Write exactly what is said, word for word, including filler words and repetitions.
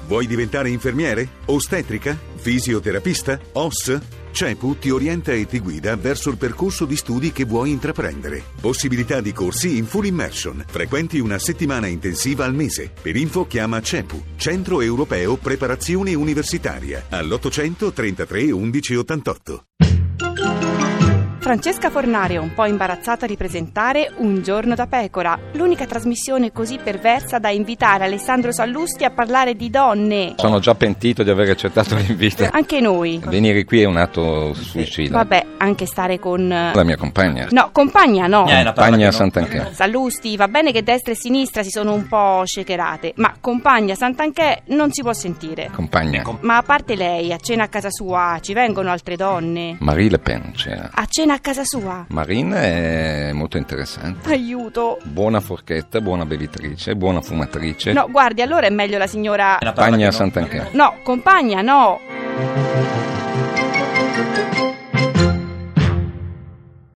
Vuoi diventare infermiere? Ostetrica? Fisioterapista? O S? CEPU ti orienta e ti guida verso il percorso di studi che vuoi intraprendere. Possibilità di corsi in full immersion. Frequenti una settimana intensiva al mese. Per info chiama CEPU, Centro Europeo Preparazione Universitaria, all'ottocento trentatré undici ottantotto. Francesca Fornari è un po' imbarazzata a ripresentare Un giorno da pecora, l'unica trasmissione così perversa da invitare Alessandro Sallusti a parlare di donne. Sono già pentito di aver accettato l'invito. Anche noi. Venire qui è un atto suicida. Vabbè, anche stare con... La mia compagna. No, compagna no. Eh, compagna Sant'Anché. Sallusti, va bene che destra e sinistra si sono un po' shakerate, ma compagna Sant'Anché non si può sentire. Compagna. Ma a parte lei, a cena a casa sua ci vengono altre donne? Marie Le Pen c'era. A cena a casa sua? Marina è molto interessante. Aiuto. Buona forchetta, buona bevitrice, buona fumatrice. No, guardi, allora è meglio la signora... Compagna Sant'Anché. No, compagna no.